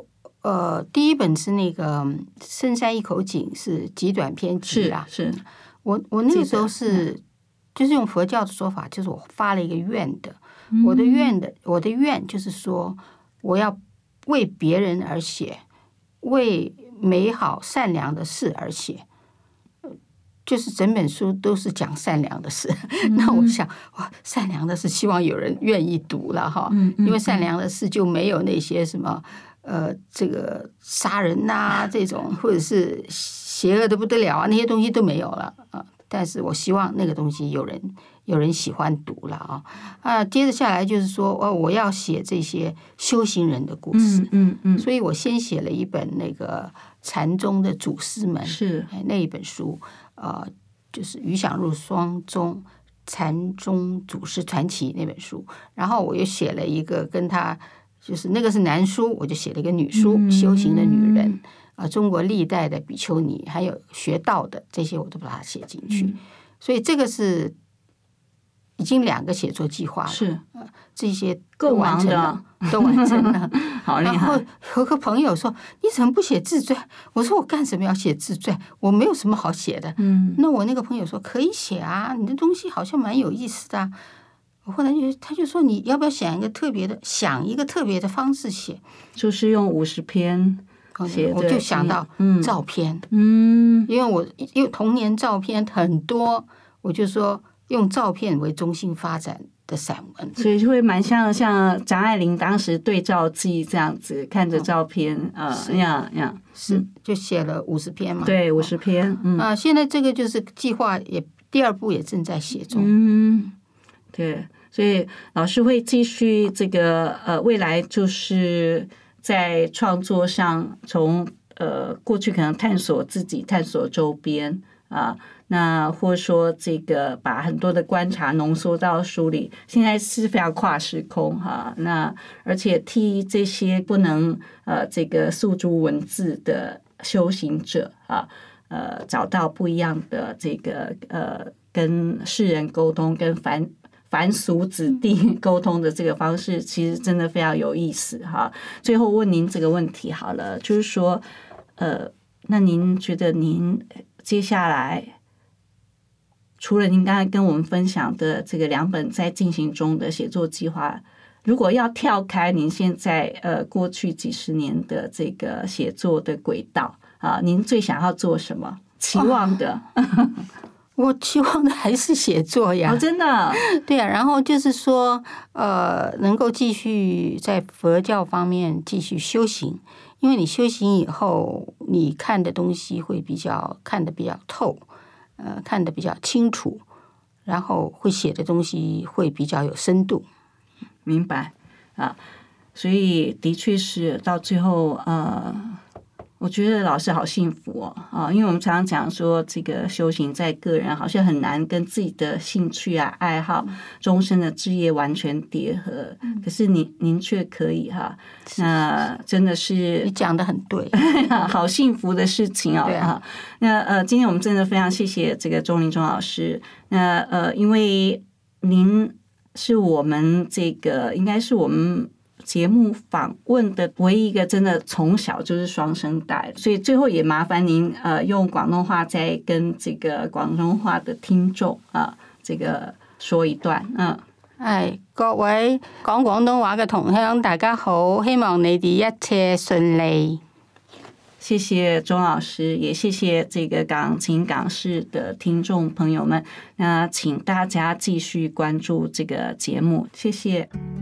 呃，第一本是那个《深山一口井》，是极短篇集啦。 是，是我我那个时候是，就是用佛教的说法，就是我发了一个愿的。嗯、我的愿的，我的愿就是说，我要为别人而写，为美好善良的事而写。就是整本书都是讲善良的事，嗯、那我想哇，善良的事希望有人愿意读了哈，嗯嗯、因为善良的事就没有那些什么呃，这个杀人呐、啊、这种，或者是邪恶的不得了啊，那些东西都没有了啊。但是我希望那个东西有人有人喜欢读了啊啊。接着下来就是说，哦，我要写这些修行人的故事， 嗯嗯，嗯所以我先写了一本那个禅宗的祖师们是那一本书。呃，就是余响入双宗禅宗祖师传奇那本书，然后我又写了一个跟他，就是那个是男书，我就写了一个女书，嗯、修行的女人啊、呃，中国历代的比丘尼，还有学道的这些，我都把它写进去。嗯、所以这个是已经两个写作计划了， 是、 呃、这些都完成了，都完成了。 好厉害！ 然后有个朋友说：“你怎么不写自传？”我说：“我干什么要写自传？我没有什么好写的。”嗯，那我那个朋友说：“可以写啊，你的东西好像蛮有意思的、啊。”我后来就他就说：“你要不要想一个特别的，想一个特别的方式写？ 就是用五十篇写的。” 我就想到照片， 嗯， 因为我因为童年照片很多，我就说用照片为中心发展的散文， 所以就会蛮像像张爱玲当时对照记这样子，看着照片啊，那样那样是就写了五十篇嘛， 对，五十篇，嗯啊，现在这个就是计划也第二部也正在写中， 嗯，对，所以老师会继续这个呃，未来就是在创作上从呃过去可能探索自己，探索周边啊。那或者说这个把很多的观察浓缩到书里，现在是非常跨时空哈。那而且替这些不能呃这个诉诸文字的修行者啊，呃找到不一样的这个呃跟世人沟通，跟凡凡俗子弟沟通的这个方式，其实真的非常有意思哈。最后问您这个问题好了，就是说呃，那您觉得您接下来？除了您刚才跟我们分享的这个两本在进行中的写作计划，如果要跳开您现在呃过去几十年的这个写作的轨道啊，您最想要做什么？期望的？ 哦、我期望的还是写作呀！ 哦，真的， 对啊。然后就是说，呃，能够继续在佛教方面继续修行，因为你修行以后，你看的东西会比较看得比较透。呃，看得比较清楚，然后会写的东西会比较有深度。 明白啊，所以的确是到最后，呃，我觉得老师好幸福哦啊，因为我们常常讲说，这个修行在个人好像很难跟自己的兴趣啊、爱好、终身的志业完全叠合，嗯、可是您您却可以哈，那真的是你讲得很对， 好幸福的事情哦。 对啊， 那呃，今天我们真的非常谢谢这个钟麟钟老师。那呃，因为您是我们这个应该是我们节目访问的唯一一个真的从小就是双声带，所以最后也麻烦您呃用广东话再跟这个广东话的听众啊、呃、这个说一段。嗯， 係各位講廣東話嘅同鄉，大家好，希望你哋一切順利。 謝謝鐘老師，也謝謝這個港情港事的聽眾朋友們。那請大家繼續關注這個節目，謝謝。